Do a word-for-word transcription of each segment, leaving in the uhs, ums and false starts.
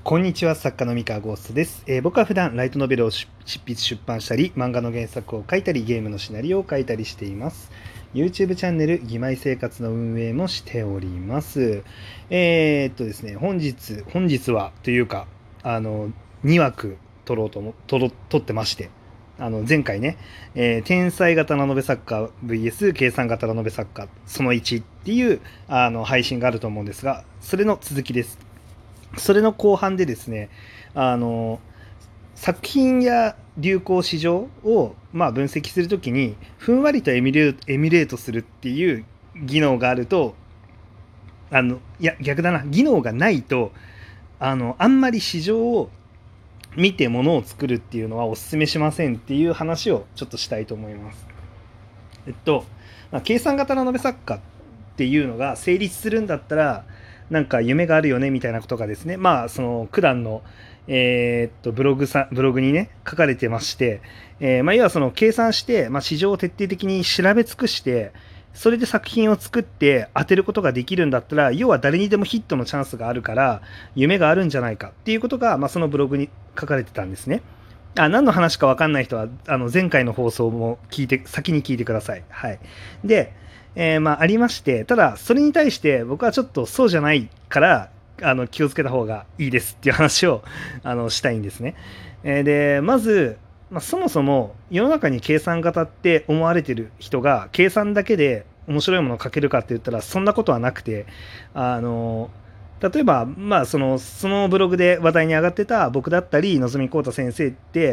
こんにちは、作家の三河ゴーストです、えー僕は普段ライトノベルを執筆出版したり、漫画の原作を書いたり、ゲームのシナリオを書いたりしています。 YouTube チャンネル義妹生活の運営もしております。えー、っとですね本日本日はというかあのにわく撮ろうとも撮ろ撮ってまして、あの前回ね、えー天才型ラノベ作家 ブイエス 計算型ラノベ作家そのいちっていうあの配信があると思うんですが、それの続きです。それの後半でですね、あの作品や流行市場を、まあ、分析するときにふんわりとエミュレートエミュレートするっていう技能があると、あのいや逆だな、技能がないとあのあんまり市場を見てものを作るっていうのはお勧めしませんっていう話をちょっとしたいと思います。えっと、まあ、計算型ラノベ作家っていうのが成立するんだったら、なんか夢があるよねみたいなことがですね、まあその九段のえーっとブログさブログにね書かれてまして、えーまあ要はその計算して、まあ、市場を徹底的に調べ尽くして、それで作品を作って当てることができるんだったら、要は誰にでもヒットのチャンスがあるから夢があるんじゃないかっていうことが、まあ、そのブログに書かれてたんですね。あ、何の話か分かんない人はあの前回の放送も聞いて先に聞いてください。はい。で、えーまあありまして、ただそれに対して僕はちょっとそうじゃないからあの気をつけた方がいいですっていう話をあのしたいんですね。えーでまず、まあ、そもそも世の中に計算型って思われてる人が計算だけで面白いものを書けるかって言ったらそんなことはなくて、あの例えば、まあ、そのそのブログで話題に上がってた僕だったり、のぞみこうた先生って、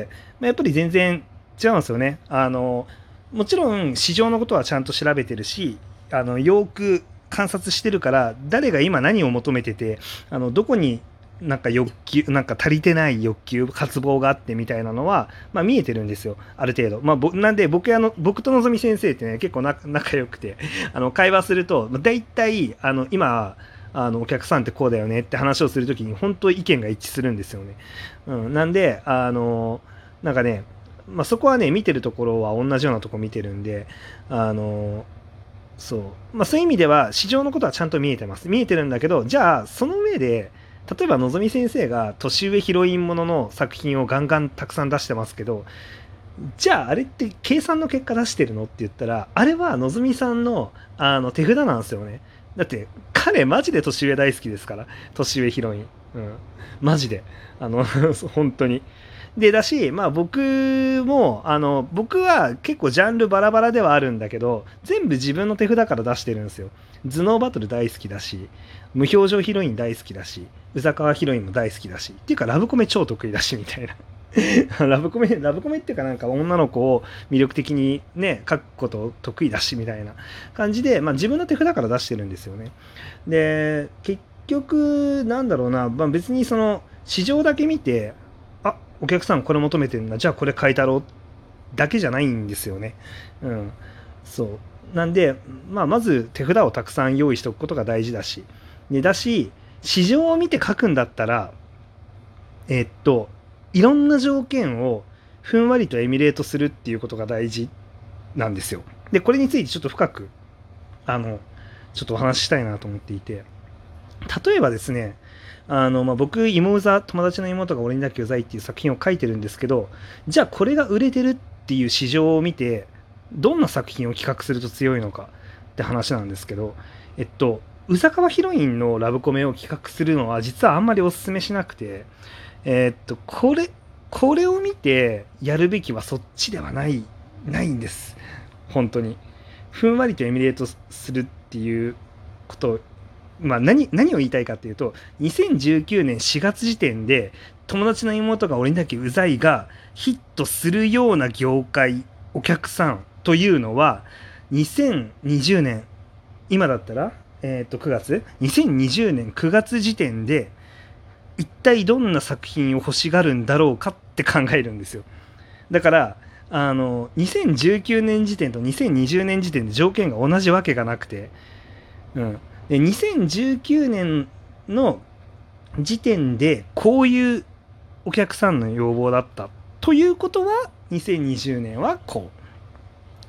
まあ、やっぱり全然違うんですよね。あのもちろん市場のことはちゃんと調べてるし、あのよく観察してるから、誰が今何を求めてて、あのどこになんか欲求なんか足りてない欲求渇望があってみたいなのは、まあ、見えてるんですよ、ある程度。まあ、ぼなんで僕あの僕とのぞみ先生ってね結構な仲良くて、あの会話すると大体あの今あのお客さんってこうだよねって話をするときに本当意見が一致するんですよね。うん、なんであのなんかね、まあ、そこはね見てるところは同じようなとこ見てるんで、あのそう、まあ、そういう意味では市場のことはちゃんと見えてます見えてるんだけど、じゃあその上で例えばのぞみ先生が年上ヒロインものの作品をガンガンたくさん出してますけど、じゃああれって計算の結果出してるのって言ったら、あれはのぞみさんのあの手札なんですよね。だって彼マジで年上大好きですから、年上ヒロイン、うん、マジであの本当に。でだし、まあ僕もあの僕は結構ジャンルバラバラではあるんだけど、全部自分の手札から出してるんですよ。頭脳バトル大好きだし、無表情ヒロイン大好きだし、宇佐川ヒロインも大好きだし、っていうかラブコメ超得意だしみたいな。ラブコメ、ラブコメっていうかなんか女の子を魅力的にね、書くこと得意だしみたいな感じで、まあ自分の手札から出してるんですよね。で、結局、なんだろうな、まあ別にその市場だけ見て、あ、お客さんこれ求めてるんだ、じゃあこれ買いたろうだけじゃないんですよね。うん。そう。なんで、まあまず手札をたくさん用意しておくことが大事だし、でだし、市場を見て書くんだったら、えっと、いろんな条件をふんわりとエミュレートするっていうことが大事なんですよ。で、これについてちょっと深く、あの、ちょっとお話ししたいなと思っていて、例えばですね、あの、まあ、僕、妹うざ、友達の妹が俺にだけうざいっていう作品を書いてるんですけど、じゃあこれが売れてるっていう市場を見て、どんな作品を企画すると強いのかって話なんですけど、えっと、宇佐川ヒロインのラブコメを企画するのは実はあんまりお勧めしなくて、えーっと、これ、これを見てやるべきはそっちではない、ないんです。本当に。ふんわりとエミュレートするっていうことを、まあ何、何を言いたいかっていうと、にせんじゅうきゅうねんしがつ時点で、友達の妹が俺にだけうざいがヒットするような業界、お客さんというのは、にせんにじゅうねん、今だったら、えーっと、くがつ ?にせんにじゅうねんくがつ時点で、一体どんな作品を欲しがるんだろうかって考えるんですよ。だからあのにせんじゅうきゅうねん時点とにせんにじゅうねん時点で条件が同じわけがなくて、うん、でにせんじゅうきゅうねんの時点でこういうお客さんの要望だったということはにせんにじゅうねんはこ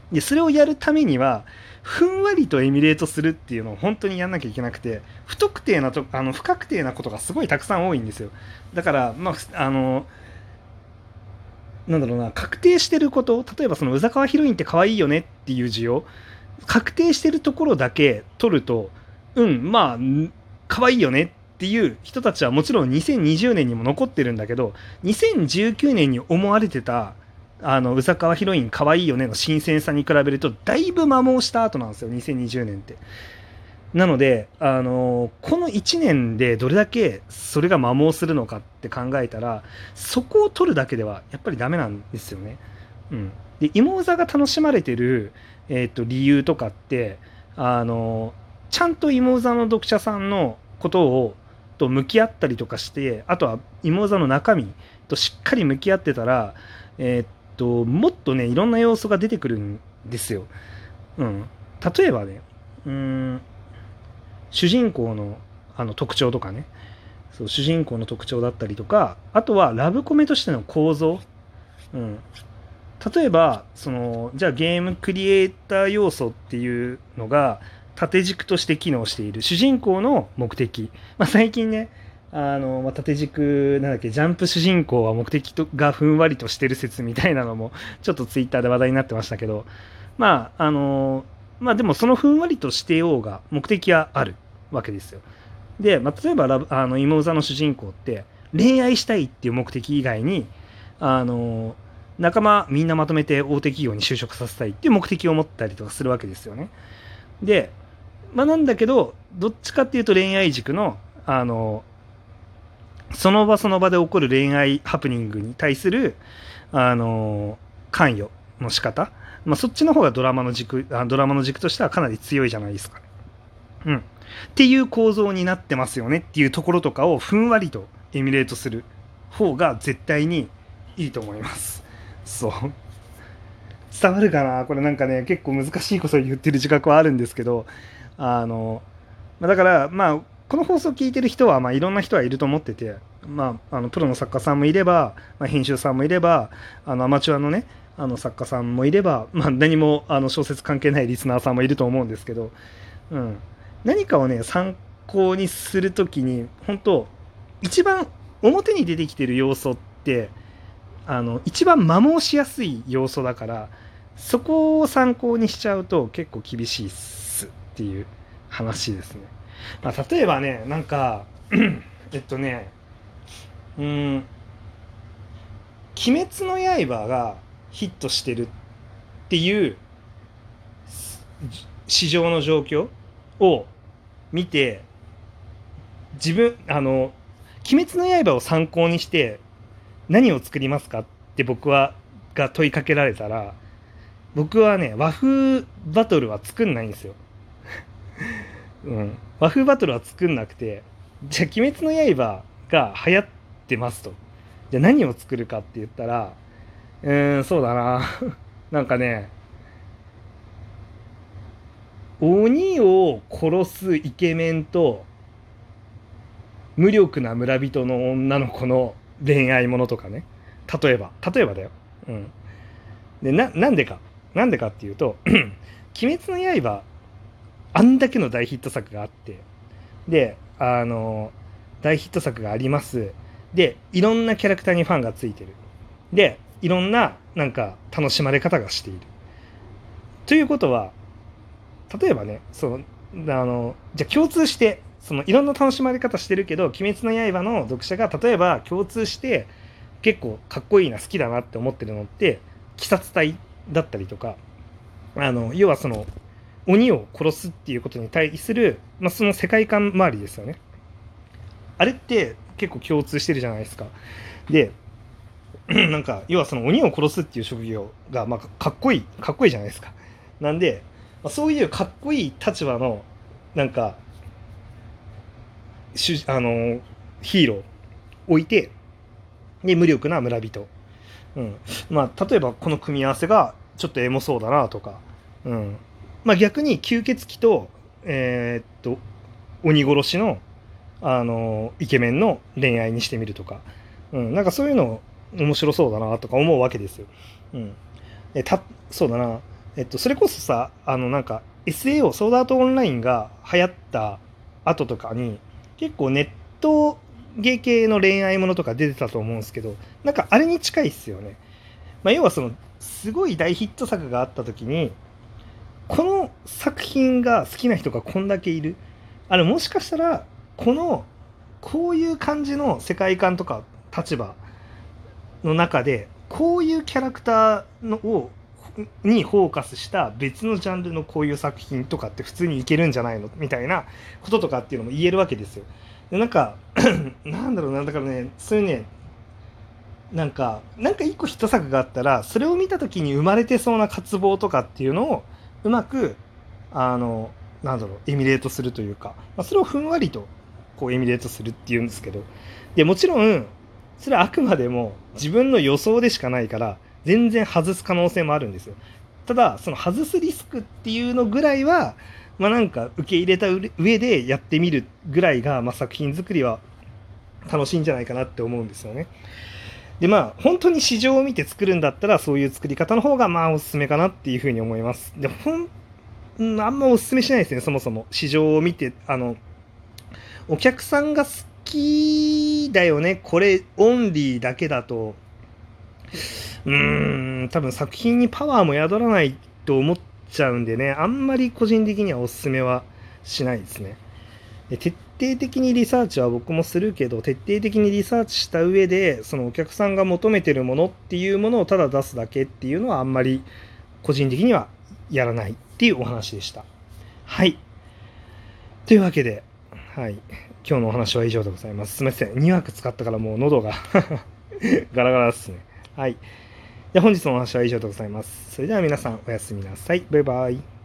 でそれをやるためにはふんわりとエミュレートするっていうのを本当にやんなきゃいけなくて、不特定なとあの不確定なことがすごいたくさん多いんですよ。だからまああのなんだろうな、確定してること、例えばその宇佐川ヒロインって可愛いよねっていう需要、確定してるところだけ取ると、うんまあ可愛いよねっていう人たちはもちろんにせんにじゅうねんにも残ってるんだけど、にせんじゅうきゅうねんに思われてたあの宇佐川ヒロイン可愛いよねの新鮮さに比べるとだいぶ摩耗した後なんですよ、にせんにじゅうねんって。なので、あのこのいちねんでどれだけそれが摩耗するのかって考えたら、そこを取るだけではやっぱりダメなんですよね。うん、で芋座が楽しまれてる、えー、と理由とかって、あのちゃんと芋座の読者さんのことをと向き合ったりとかして、あとは芋座の中身としっかり向き合ってたら、えー、っともっとねいろんな要素が出てくるんですよ。うん、例えばね、うーん主人公のあの特徴とかね、そう主人公の特徴だったりとか、あとはラブコメとしての構造、うん、例えばそのじゃあゲームクリエイター要素っていうのが縦軸として機能している主人公の目的、まあ、最近ねあの、まあ、縦軸なんだっけ、ジャンプ主人公は目的とがふんわりとしてる説みたいなのもちょっとツイッターで話題になってましたけど、まああのまあでもそのふんわりとしてようが目的はあるわけですよ。で、まあ、例えばラブあの妹座の主人公って恋愛したいっていう目的以外に、あの仲間みんなまとめて大手企業に就職させたいっていう目的を持ったりとかするわけですよね。で、まあ、なんだけどどっちかっていうと恋愛軸のあのその場その場で起こる恋愛ハプニングに対するあの関与の仕方、まあ、そっちの方がドラマの軸あドラマの軸としてはかなり強いじゃないですかね。うん、っていう構造になってますよねっていうところとかをふんわりとエミュレートする方が絶対にいいと思います。そう、伝わるかなこれ。なんかね結構難しいことを言ってる自覚はあるんですけど、あのだからまあこの放送を聞いてる人はまあいろんな人はいると思ってて、まあ、あのプロの作家さんもいれば、まあ、編集さんもいれば、あのアマチュアのねあの作家さんもいれば、まあ、何もあの小説関係ないリスナーさんもいると思うんですけど、うん、何かをね参考にするときに本当一番表に出てきてる要素ってあの一番摩耗しやすい要素だから、そこを参考にしちゃうと結構厳しいっすっていう話ですね。まあ、例えばねなんかえっとねうーん「鬼滅の刃」がヒットしてるっていう市場の状況を見て、自分あの「鬼滅の刃」を参考にして何を作りますかって僕はが問いかけられたら、僕はね和風バトルは作んないんですよ。うん、和風バトルは作んなくて、じゃあ「鬼滅の刃」が流行ってますと、じゃあ何を作るかって言ったら、うーんそうだななんかね、鬼を殺すイケメンと無力な村人の女の子の恋愛ものとかね、例えば例えばだよ、うん、でななんでかなんでかっていうと鬼滅の刃あんだけの大ヒット作があって、であの大ヒット作があります。でいろんなキャラクターにファンがついてる。でいろんななんか楽しまれ方がしているということは、例えばねそのあのじゃあ共通してそのいろんな楽しまれ方してるけど「鬼滅の刃」の読者が例えば共通して結構かっこいいな好きだなって思ってるのって鬼殺隊だったりとか、あの要はその鬼を殺すっていうことに対する、まあ、その世界観周りですよね。あれって結構共通してるじゃないですか。でなんか要はその鬼を殺すっていう職業がまあかっこいいかっこいいじゃないですか。なんで、まあ、そういうかっこいい立場のなんかしあのヒーロー置いて、で無力な村人、うん、まあ例えばこの組み合わせがちょっとエモそうだなとか、うん、まあ逆に吸血鬼とえーっと鬼殺しのあのイケメンの恋愛にしてみるとか、うん、なんかそういうの面白そうだなとか思うわけですよ。うん、えたそうだなえっと、それこそさ、あの、なんか、エスエーオー、ソードアートオンラインが流行った後とかに、結構ネットゲー系の恋愛ものとか出てたと思うんですけど、なんかあれに近いっすよね。まあ、要はその、すごい大ヒット作があった時に、この作品が好きな人がこんだけいる。あれ、もしかしたら、この、こういう感じの世界観とか立場の中で、こういうキャラクターのをにフォーカスした別のジャンルのこういう作品とかって普通にいけるんじゃないのみたいなこととかっていうのも言えるわけですよ。でなんかなんだろうな、だからね、そういうね、なんかなんか一個ヒット作があったらそれを見た時に生まれてそうな渇望とかっていうのをうまくあのなんだろうエミュレートするというか、まあ、それをふんわりとこうエミュレートするっていうんですけど、でもちろんそれはあくまでも自分の予想でしかないから全然外す可能性もあるんですよ。ただその外すリスクっていうのぐらいはまあなんか受け入れた上でやってみるぐらいが、まあ、作品作りは楽しいんじゃないかなって思うんですよね。でまあ本当に市場を見て作るんだったらそういう作り方の方がまあおすすめかなっていうふうに思います。でほんうんあんまおすすめしないですね。そもそも市場を見て、あのお客さんが好きだよねこれオンリーだけだと、うーん多分作品にパワーも宿らないと思っちゃうんでね、あんまり個人的にはおすすめはしないですね。で徹底的にリサーチは僕もするけど、徹底的にリサーチした上でそのお客さんが求めてるものっていうものをただ出すだけっていうのはあんまり個人的にはやらないっていうお話でした。はい、というわけで、はい、今日のお話は以上でございます。すみません、にわく使ったからもう喉がガラガラですね。はい、で本日のお話は以上でございます。それでは皆さんおやすみなさい。バイバイ。